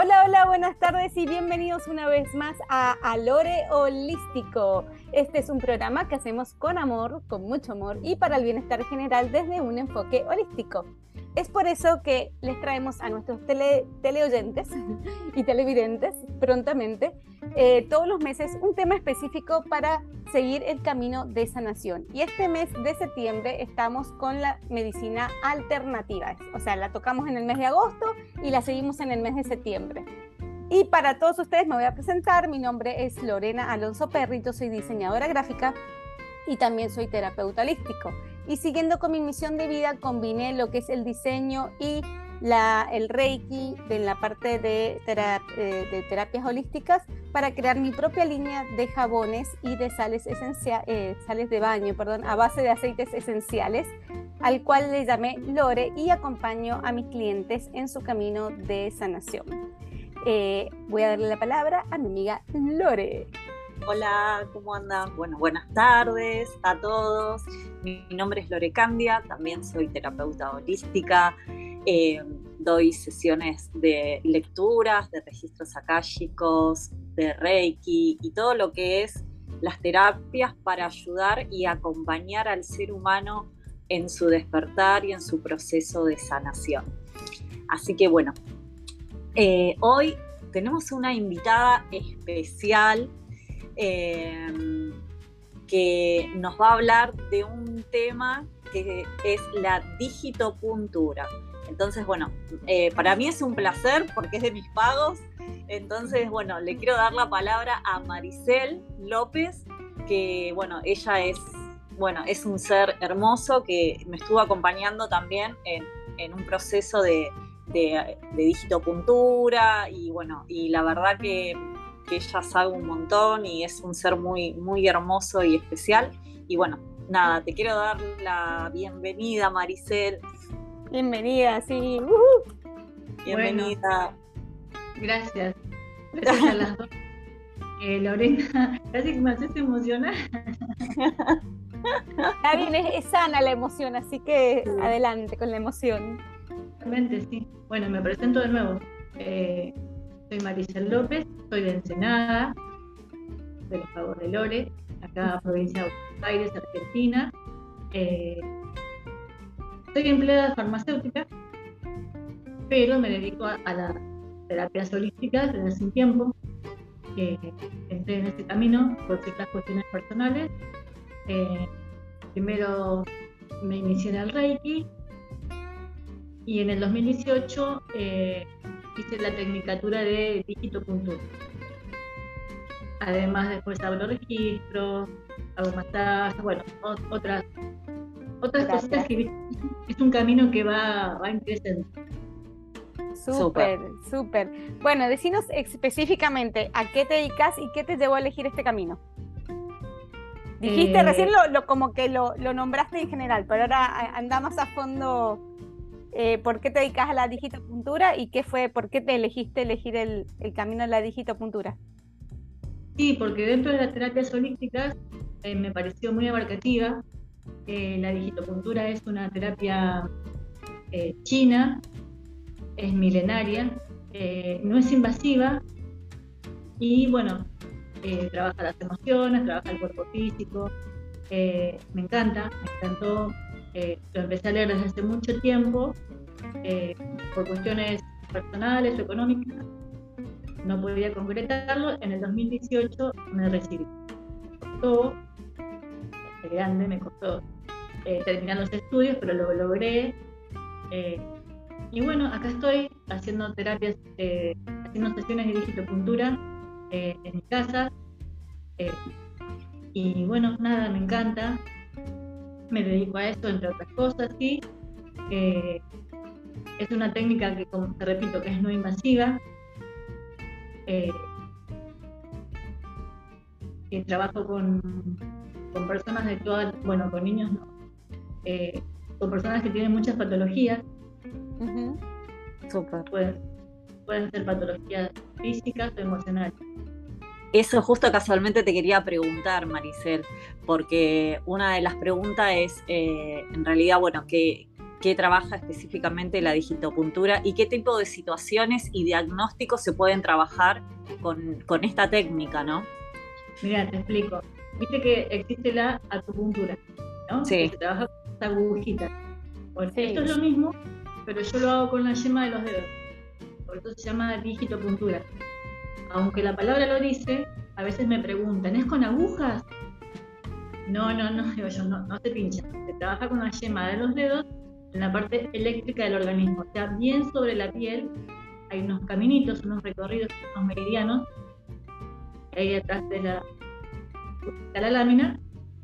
Hola, hola, buenas tardes y bienvenidos una vez más a Alore Holístico. Este es un programa que hacemos con amor, con mucho amor y para el bienestar general desde un enfoque holístico. Es por eso que les traemos a nuestros teleoyentes y televidentes prontamente todos los meses un tema específico para seguir el camino de sanación. Y este mes de septiembre estamos con la medicina alternativa, o sea, la tocamos en el mes de agosto y la seguimos en el mes de septiembre. Y para todos ustedes me voy a presentar. Mi nombre es Lorena Alonso Perry, yo soy diseñadora gráfica y también soy terapeuta holístico. Y siguiendo con mi misión de vida, combiné lo que es el diseño y el Reiki en la parte de terapias holísticas para crear mi propia línea de jabones y de sales de baño, a base de aceites esenciales, al cual le llamé Lore y acompaño a mis clientes en su camino de sanación. Voy a darle la palabra a mi amiga Lore. Hola, ¿cómo andan? Bueno, buenas tardes a todos. Mi nombre es Lore Candia, también soy terapeuta holística. Doy sesiones de lecturas, de registros akáshicos, de Reiki y todo lo que es las terapias para ayudar y acompañar al ser humano en su despertar y en su proceso de sanación. Así que bueno, hoy tenemos una invitada especial que nos va a hablar de un tema que es la digitopuntura. Entonces, bueno, para mí es un placer porque es de mis pagos. Entonces, bueno, le quiero dar la palabra a Maricel López, que, bueno, ella es un ser hermoso que me estuvo acompañando también en un proceso de digitopuntura y, bueno, y la verdad que ella sabe un montón y es un ser muy, muy hermoso y especial. Y bueno, nada, te quiero dar la bienvenida, Maricel. Bienvenida, sí. Bienvenida. Bueno, gracias. Gracias a las dos. Lorena, casi que me haces emocionar. Está bien, es sana la emoción, así que sí. Adelante con la emoción. Realmente sí. Bueno, me presento de nuevo. Soy Maricel López, soy de Ensenada, de los Pagos de Lore, acá provincia de Buenos Aires, Argentina. Soy empleada farmacéutica, pero me dedico a las terapias holísticas desde hace un tiempo. Entré en este camino por ciertas cuestiones personales. Primero me inicié en el Reiki y en el 2018 hice la tecnicatura de digitopuntura. Además, después hago registros, hago masajes, bueno, otras cositas que es un camino que va creciendo. Súper. Bueno, decinos específicamente a qué te dedicas y qué te llevó a elegir este camino. Dijiste recién como que lo nombraste en general, pero ahora anda más a fondo. ¿Por qué te dedicas a la digitopuntura y por qué te elegiste elegir el camino de la digitopuntura? Sí, porque dentro de las terapias holísticas me pareció muy abarcativa. La digitopuntura es una terapia china, es milenaria, no es invasiva y bueno, trabaja las emociones, trabaja el cuerpo físico. Me encantó. Lo empecé a leer desde hace mucho tiempo, por cuestiones personales o económicas, no podía concretarlo. En el 2018 me recibí. Me costó terminar los estudios, pero lo logré. Y bueno, acá estoy haciendo terapias, haciendo sesiones de digitopuntura en mi casa. Y bueno, nada, me encanta. Me dedico a esto, entre otras cosas, sí. Es una técnica que, como te repito, que es no invasiva. Trabajo con personas de todas, bueno, con niños no, con personas que tienen muchas patologías. Uh-huh. Súper. Pueden ser patologías físicas o emocionales. Eso justo casualmente te quería preguntar, Maricel, porque una de las preguntas es, en realidad, bueno, ¿qué qué trabaja específicamente la digitopuntura y qué tipo de situaciones y diagnósticos se pueden trabajar con esta técnica, ¿no? Mira, te explico. Viste que existe la acupuntura, ¿no? Sí. Que se trabaja con esta agujita. Bueno, Sí. esto es lo mismo, pero yo lo hago con la yema de los dedos. Por eso se llama digitopuntura. Aunque la palabra lo dice, a veces me preguntan, ¿es con agujas? No, digo yo, no se pincha. Se trabaja con la yema de los dedos en la parte eléctrica del organismo. O sea, bien sobre la piel hay unos caminitos, unos recorridos, unos meridianos, ahí atrás de la lámina,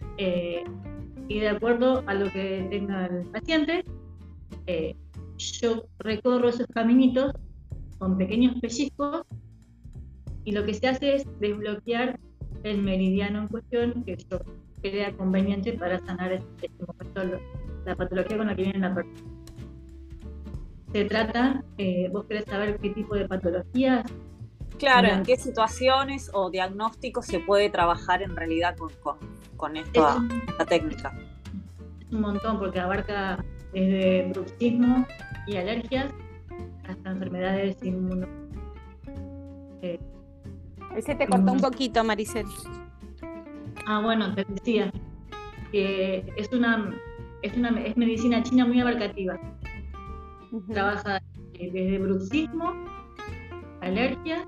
y de acuerdo a lo que tenga el paciente, yo recorro esos caminitos con pequeños pellizcos y lo que se hace es desbloquear el meridiano en cuestión que yo crea conveniente para sanar este momento la patología con la que viene la persona. Se trata, vos querés saber qué tipo de patologías. Claro, ¿en qué situaciones o diagnósticos se puede trabajar en realidad con esta técnica? Es un montón, porque abarca desde bruxismo y alergias hasta enfermedades inmuno. Ahí se te cortó un poquito, Maricel. Bueno, te decía que es medicina china muy abarcativa. Trabaja desde bruxismo, alergias,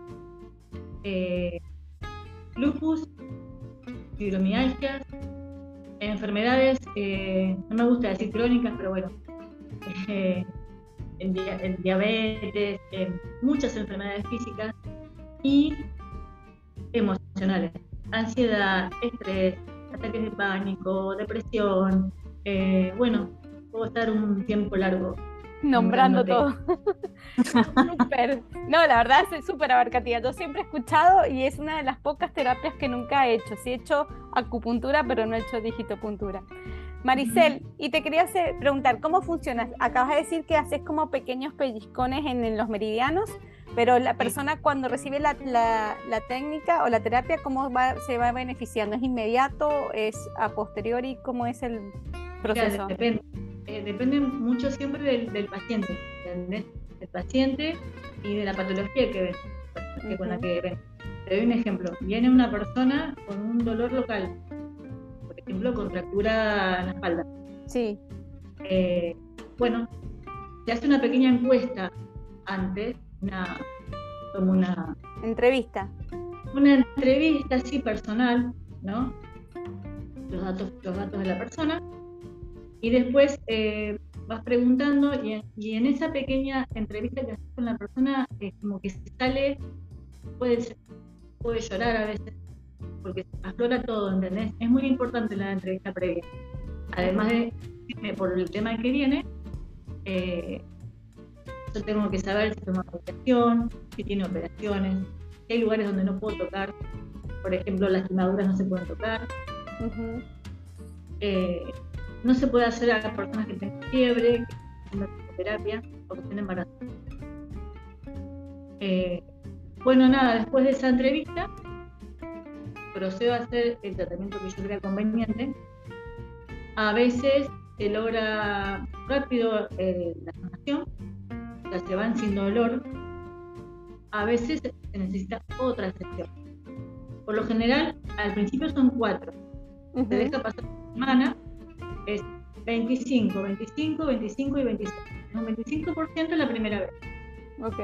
lupus, fibromialgias, enfermedades, no me gusta decir crónicas, pero bueno, el diabetes, muchas enfermedades físicas y emocionales, ansiedad, estrés, ataques de pánico, depresión, bueno, puedo estar un tiempo largo nombrando todo. Súper. No, la verdad es súper abarcativa. Yo siempre he escuchado y es una de las pocas terapias que nunca he hecho. Sí he hecho acupuntura, pero no he hecho digitopuntura. Maricel, y te quería preguntar, ¿cómo funciona? Acabas de decir que haces como pequeños pellizcones en los meridianos, pero la persona cuando recibe la técnica o la terapia, ¿cómo se va beneficiando? ¿Es inmediato? ¿Es a posteriori? ¿Cómo es el proceso? Depende mucho siempre del paciente, ¿entendés? Del paciente y de la patología que ven, con la que ven. Te doy un ejemplo. Viene una persona con un dolor local, por ejemplo, contractura en la espalda. Sí. Bueno, se hace una pequeña encuesta antes, como una entrevista. Una entrevista así personal, ¿no? Los datos de la persona. Y después vas preguntando y en esa pequeña entrevista que haces con la persona como que se sale, puede llorar a veces, porque aflora todo, ¿entendés? Es muy importante la entrevista previa. Además de por el tema que viene, yo tengo que saber si toma medicación, si tiene operaciones, si hay lugares donde no puedo tocar, por ejemplo, las quemaduras no se pueden tocar. No se puede hacer a las personas que tienen fiebre, que tienen terapia o que estén embarazadas. Bueno, nada, después de esa entrevista, procedo a hacer el tratamiento que yo crea conveniente. A veces se logra rápido la sanación, o sea, se van sin dolor. A veces se necesita otra sesión. Por lo general, al principio son 4. Se deja pasar una semana. Es 25, 25, 25 y 26. Un 25% la primera vez. Ok.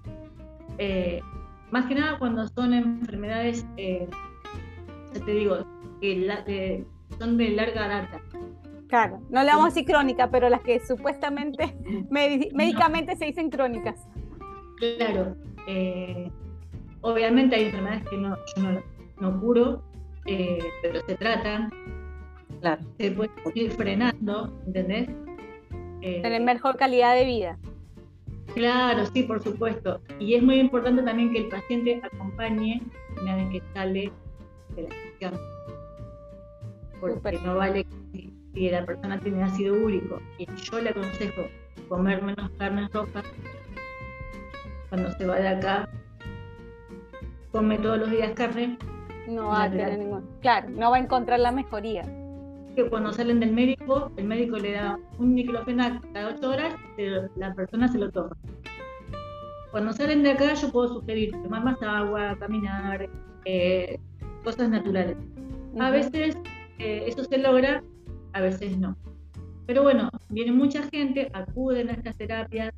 Más que nada cuando son enfermedades, ya te digo, que son de larga data. Claro, no le vamos a decir crónica, pero las que supuestamente médicamente se dicen crónicas. Claro. Obviamente hay enfermedades que yo no curo, pero se tratan. Claro. Se puede ir frenando, ¿entendés? Tener mejor calidad de vida. Claro, sí, por supuesto. Y es muy importante también que el paciente acompañe una vez que sale de la sesión. Porque no vale que si la persona tiene ácido úrico y yo le aconsejo comer menos carnes rojas, cuando se va de acá, come todos los días carne. No va a tener ningún. Claro, no va a encontrar la mejoría. que cuando salen del médico, el médico le da un diclofenac cada 8 horas, pero la persona se lo toma. Cuando salen de acá, yo puedo sugerir tomar más agua, caminar, cosas naturales. A veces eso se logra, a veces no. Pero bueno, viene mucha gente, acuden a estas terapias,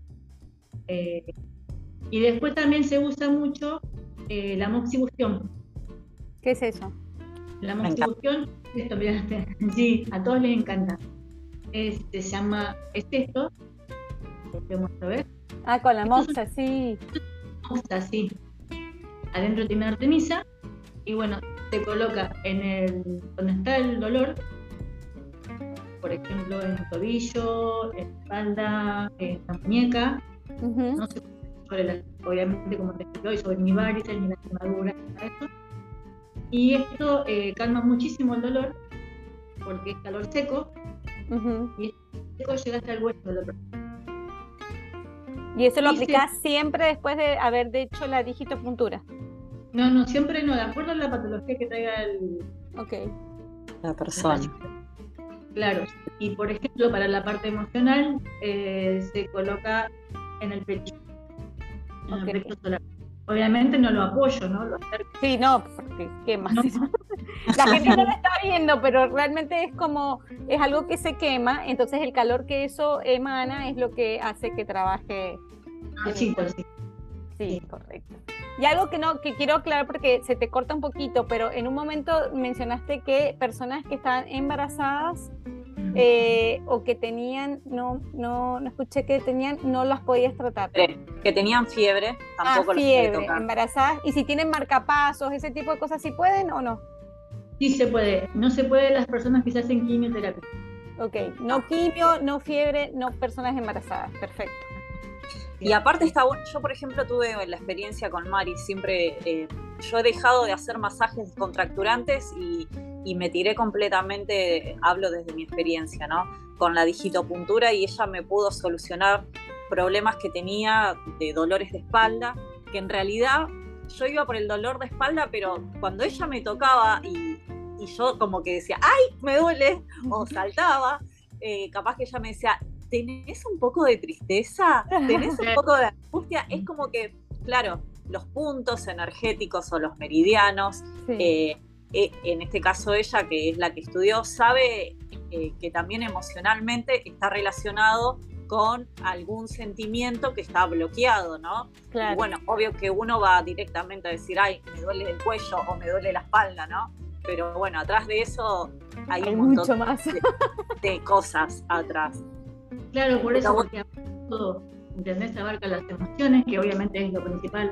y después también se usa mucho la moxibustión. ¿Qué es eso? La moxibustión, esto, sí, a todos les encanta. Se llama, es esto, te muestro, ¿ves? Ah, con la moxa, sí. Moxa, sí. Adentro tiene artemisa, y bueno, se coloca donde está el dolor, por ejemplo, en el tobillo, en la espalda, en la muñeca. No sé obviamente, como te expliqué hoy, sobre mi varices, mi lastimadura, eso. Y esto calma muchísimo el dolor, porque es calor seco, y el seco llega hasta el hueso del dolor. ¿Y eso lo aplicás siempre después de haber hecho la digitopuntura? No, siempre no, de acuerdo a la patología que traiga la persona. Claro, y por ejemplo, para la parte emocional, se coloca en el pecho, en el recto solar. Obviamente no lo apoyo, ¿no? Lo acerco. Sí, no, porque quema. No. La gente no lo está viendo, pero realmente es algo que se quema, entonces el calor que eso emana es lo que hace que trabaje. Sí, pues sí. Sí, correcto. Y algo que quiero aclarar porque se te corta un poquito, pero en un momento mencionaste que personas que están embarazadas o que tenían, no escuché que tenían, no las podías tratar. Que tenían fiebre, tampoco las fiebre, podía tocar. Embarazadas, y si tienen marcapasos, ese tipo de cosas, ¿sí pueden o no? Sí se puede, no se puede las personas que se hacen quimioterapia. Ok, no quimio, no fiebre, no personas embarazadas, perfecto. Y aparte está bueno, yo por ejemplo tuve la experiencia con Mari, siempre yo he dejado de hacer masajes contracturantes y me tiré completamente, hablo desde mi experiencia, ¿no? Con la digitopuntura, y ella me pudo solucionar problemas que tenía de dolores de espalda, que en realidad yo iba por el dolor de espalda, pero cuando ella me tocaba y yo como que decía, ¡ay, me duele! O saltaba, capaz que ella me decía, ¿tenés un poco de tristeza? ¿Tenés un poco de angustia? Es como que, claro, los puntos energéticos o los meridianos, sí. En este caso ella, que es la que estudió, sabe que también emocionalmente está relacionado con algún sentimiento que está bloqueado, ¿no? Claro. Y bueno, obvio que uno va directamente a decir, ay, me duele el cuello o me duele la espalda, ¿no? Pero bueno, atrás de eso hay un montón mucho más de cosas atrás. Claro, por eso, porque todo, ¿entendés? Abarca las emociones, que obviamente es lo principal.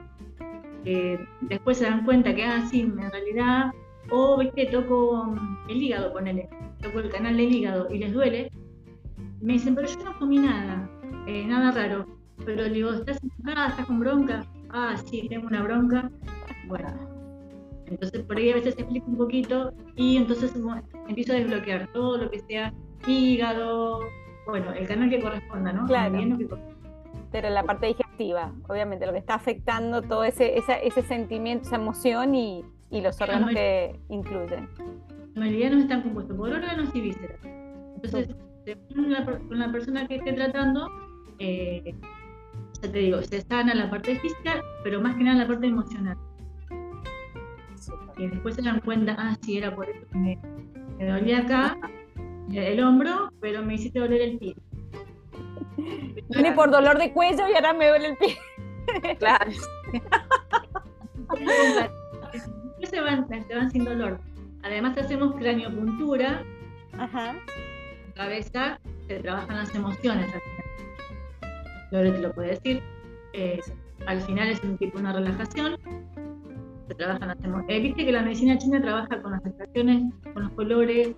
Después se dan cuenta que, sí, en realidad, viste, toco el hígado, ponele, toco el canal del hígado y les duele. Me dicen, pero yo no comí nada, nada raro. Pero le digo, ¿estás enojada? ¿Estás con bronca? Sí, tengo una bronca. Bueno, entonces por ahí a veces explico un poquito y entonces empiezo a desbloquear todo lo que sea hígado, bueno, el canal que corresponda, ¿no? Claro. Pero la parte digestiva, obviamente, lo que está afectando todo ese sentimiento, esa emoción y los órganos que incluyen. Los meridianos están compuestos por órganos y vísceras. Entonces, con la persona que esté tratando, ya te digo, se sana la parte física, pero más que nada la parte emocional. Y después se dan cuenta, sí, era por eso que me dolía acá el hombro, pero me hiciste doler el pie. Vine por dolor de cuello y ahora me duele el pie. Claro. Después se van sin dolor. Además hacemos craniopuntura. Ajá. En cabeza se trabajan las emociones al final. Lore te lo puede decir. Al final es un tipo de relajación. Se trabajan las emociones. Viste que la medicina china trabaja con las estaciones, con los colores,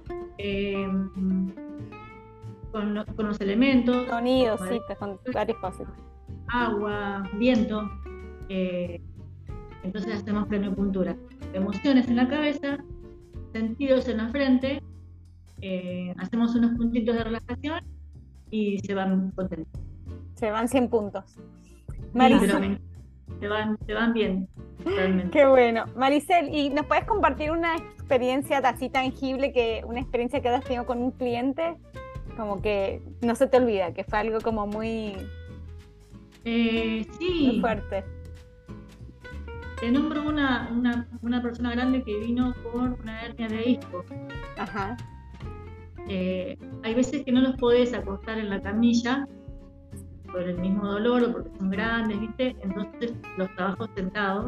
con los elementos. Sonidos, sí, con varias cosas. Agua, viento. Entonces hacemos craniopuntura. Emociones en la cabeza, sentidos en la frente, hacemos unos puntitos de relajación y se van contentos. Se van 100 puntos. Marisa. te van bien, realmente. Qué bueno. Maricel, ¿y nos puedes compartir una experiencia así tangible, una experiencia que has tenido con un cliente? Como que no se te olvida, que fue algo como muy Sí, fuerte. te nombro una persona grande que vino con una hernia de disco. Ajá. Hay veces que no los podés acostar en la camilla por el mismo dolor o porque son grandes, ¿viste? Entonces los trabajos sentados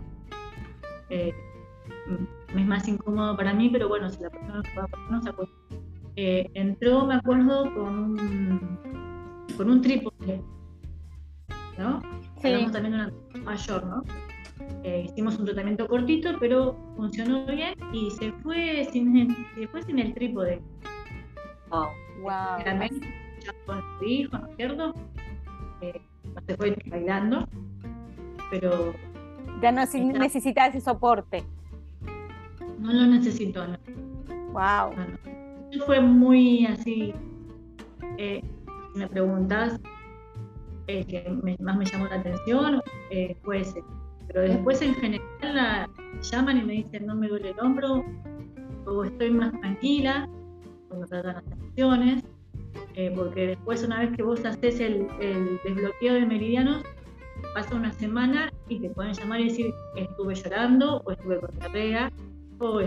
es más incómodo para mí, pero bueno, si la persona no se acuesta. Entró, me acuerdo, con un trípode, ¿no? Sí. Hablamos también de una mayor, ¿no? Hicimos un tratamiento cortito, pero funcionó bien y se fue sin el trípode. Wow. Claramente, ya con su hijo, ¿no es cierto? No se fue bailando, pero Ya no necesita ese soporte. no lo necesitó, ¿no? Wow. No. Fue muy así, si me preguntás, que más me llamó la atención, fue ese. Pero después en general llaman y me dicen no me duele el hombro, o estoy más tranquila cuando tratan las tensiones, porque después una vez que vos haces el desbloqueo de meridianos, pasa una semana y te pueden llamar y decir estuve llorando, o estuve con diarrea, o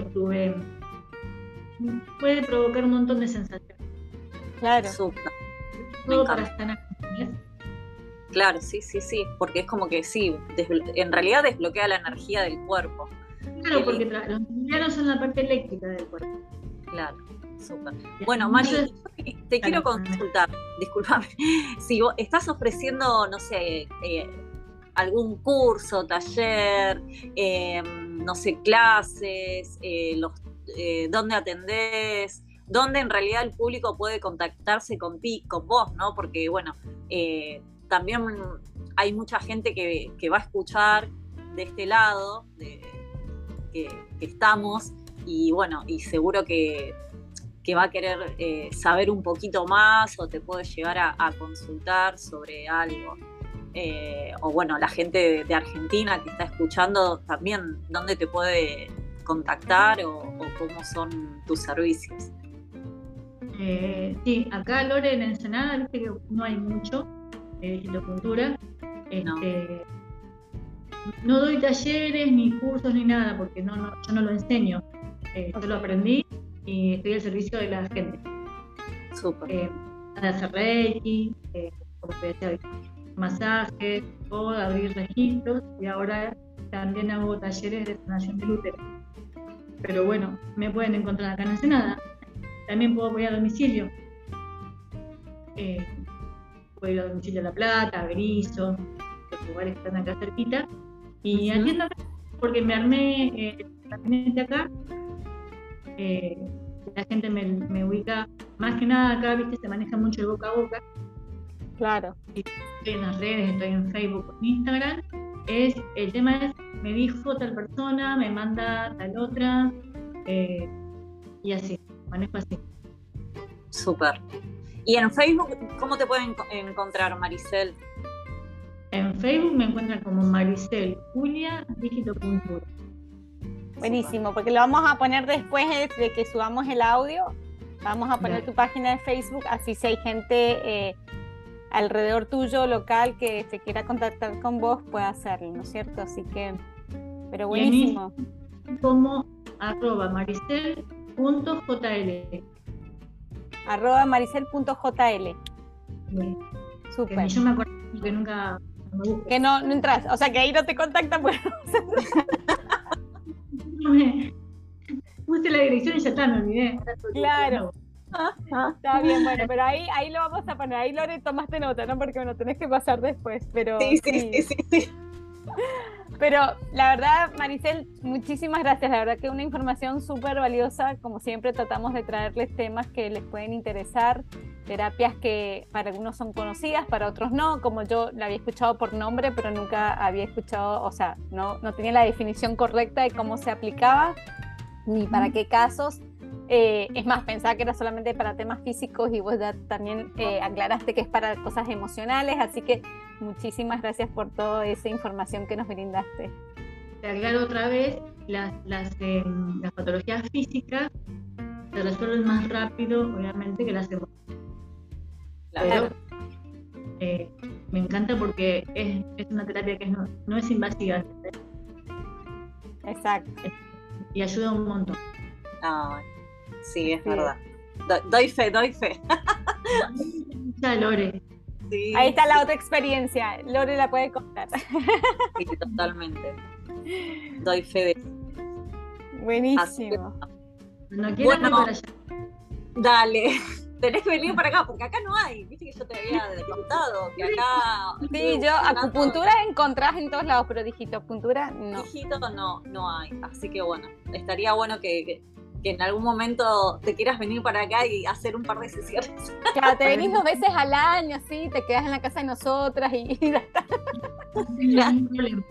puede provocar un montón de sensaciones. Claro. Súper. Todo para estar aquí. Claro, sí, porque es como que sí, en realidad desbloquea la energía del cuerpo. Claro, porque los meridianos son la parte eléctrica del cuerpo. Claro, súper. Bueno, Mari, te quiero consultar, discúlpame, si vos estás ofreciendo, no sé, algún curso, taller, no sé, clases, dónde atendés, dónde en realidad el público puede contactarse con vos, ¿no? Porque, bueno, también hay mucha gente que va a escuchar de este lado, que estamos, y bueno, y seguro que va a querer saber un poquito más o te puede llegar a consultar sobre algo. O bueno, la gente de Argentina que está escuchando también, ¿dónde te puede contactar o cómo son tus servicios? Sí, acá Lore en Ensenada, viste que no hay mucho digitopuntura. No doy talleres, ni cursos, ni nada, porque yo no lo enseño. Yo lo aprendí y estoy al servicio de la gente. Súper. Hacer reiki, como te decía, masajes, o abrir registros, y ahora también hago talleres de sanación del útero. Pero bueno, me pueden encontrar acá en Ensenada. También puedo ir a domicilio. Puedo ir a domicilio a La Plata, a Berizo, los lugares que están acá cerquita. Y atiendo acá, porque me armé el gabinete acá. La gente me ubica, más que nada acá, viste, se maneja mucho el boca a boca. Claro. Estoy en las redes, estoy en Facebook, en Instagram. El tema es, me dijo tal persona, me manda tal otra, y así, manejo así. Súper. ¿Y en Facebook cómo te pueden encontrar, Maricel? En Facebook me encuentran como Maricel Julia Digitopuntura. Buenísimo, porque lo vamos a poner después de que subamos el audio. Vamos a poner tu página de Facebook, así si hay gente alrededor tuyo, local, que se quiera contactar con vos, puede hacerlo, ¿no es cierto? Así que, pero buenísimo. Como @maricel.jl. @maricel.jl. Súper. Yo me acuerdo que nunca me busqué. Que no entras, o sea que ahí no te contactan, pues. Puse la dirección y ya está, me olvidé. Claro. Está bien, bueno, pero ahí lo vamos a poner. Ahí, Lore, tomaste nota, ¿no? Porque bueno, tenés que pasar después, pero Sí. Pero la verdad, Maricel, muchísimas gracias. La verdad que una información súper valiosa. Como siempre, tratamos de traerles temas que les pueden interesar, terapias que para algunos son conocidas, para otros no. Como yo la había escuchado por nombre, pero nunca había escuchado, o sea, no tenía la definición correcta de cómo se aplicaba ni para qué casos. Es más, pensaba que era solamente para temas físicos y vos ya también aclaraste que es para cosas emocionales, así que Muchísimas gracias por toda esa información que nos brindaste. Te aclaro otra vez, las patologías físicas se resuelven más rápido, obviamente, que las emocionales. Claro. Pero me encanta porque es una terapia que no es invasiva. Exacto. Y ayuda un montón. Ay, sí, es Sí. verdad. Doy fe. Ya, Lore. Sí, Ahí está la otra experiencia. Lore la puede contar. sí, totalmente. Doy fe de eso. Buenísimo. Cuando quieras, Bueno. voy para allá. Dale, tenés que venir para acá, porque acá no hay. Viste que yo te había contado que acá. Sí, yo acupuntura encontrás en todos lados, pero digitopuntura no. Dígito no hay. Así que bueno, estaría bueno que en algún momento te quieras venir para acá y hacer un par de sesiones. Claro, te venís 2 veces al año, así, te quedas en la casa de nosotras y ya está. Ningún problema.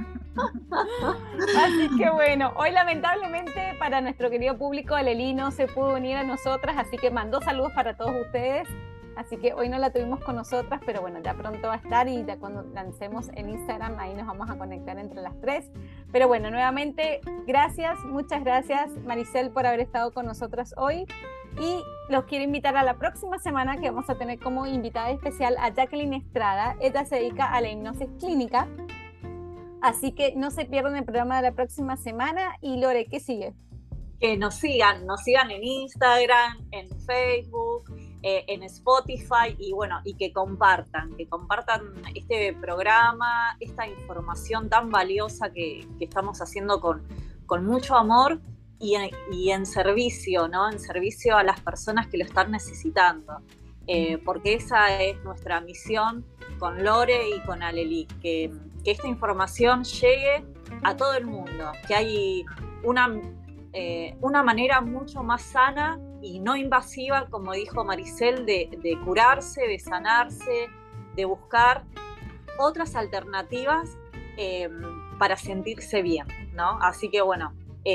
Así que bueno, hoy lamentablemente para nuestro querido público Aleli no se pudo unir a nosotras, así que mandó saludos para todos ustedes. Así que hoy no la tuvimos con nosotras, pero bueno, ya pronto va a estar y ya cuando lancemos en Instagram ahí nos vamos a conectar entre las tres. Pero bueno, nuevamente, gracias, muchas gracias Maricel por haber estado con nosotras hoy. Y los quiero invitar a la próxima semana que vamos a tener como invitada especial a Jacqueline Estrada. Ella se dedica a la hipnosis clínica. Así que no se pierdan el programa de la próxima semana. Y Lore, ¿qué sigue? Que nos sigan en Instagram, en Facebook, en Spotify y bueno, y que compartan este programa, esta información tan valiosa que estamos haciendo con mucho amor y en servicio, ¿no? En servicio a las personas que lo están necesitando. Porque esa es nuestra misión con Lore y con Aleli, que esta información llegue a todo el mundo, que hay una manera mucho más sana y no invasiva, como dijo Maricel, de curarse, de sanarse, de buscar otras alternativas para sentirse bien, ¿no? Así que bueno,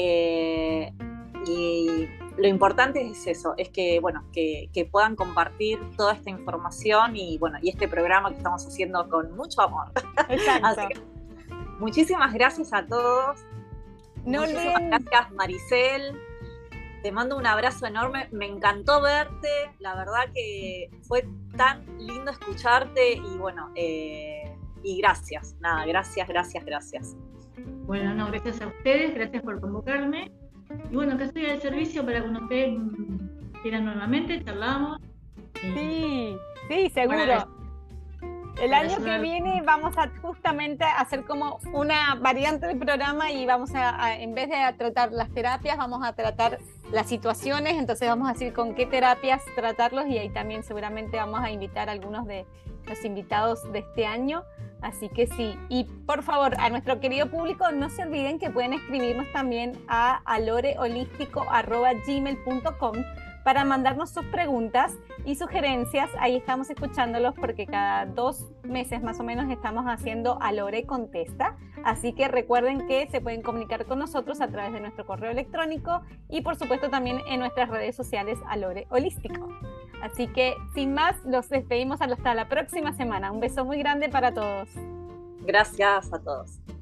y lo importante es eso, es que bueno, que puedan compartir toda esta información y bueno, y este programa que estamos haciendo con mucho amor. Exacto. Así que muchísimas gracias a todos. No Muchísimas olviden. gracias, Maricel. Te mando un abrazo enorme. Me encantó verte. La verdad que fue tan lindo escucharte y bueno, y gracias. Nada, gracias. Bueno, no, gracias a ustedes, gracias por convocarme. Y bueno, que estoy al servicio para cuando ustedes quieran nuevamente, charlamos. Sí, seguro. Bueno, El para año que ayudar. viene vamos a justamente hacer como una variante del programa y vamos a en vez de tratar las terapias, vamos a tratar las situaciones, entonces vamos a decir con qué terapias tratarlos y ahí también seguramente vamos a invitar a algunos de los invitados de este año. Así que sí, y por favor, a nuestro querido público, no se olviden que pueden escribirnos también a aloreholístico@gmail.com para mandarnos sus preguntas y sugerencias. Ahí estamos escuchándolos porque cada 2 meses más o menos estamos haciendo Alore Contesta. Así que recuerden que se pueden comunicar con nosotros a través de nuestro correo electrónico y por supuesto también en nuestras redes sociales Alore Holístico. Así que sin más, los despedimos hasta la próxima semana. Un beso muy grande para todos. Gracias a todos.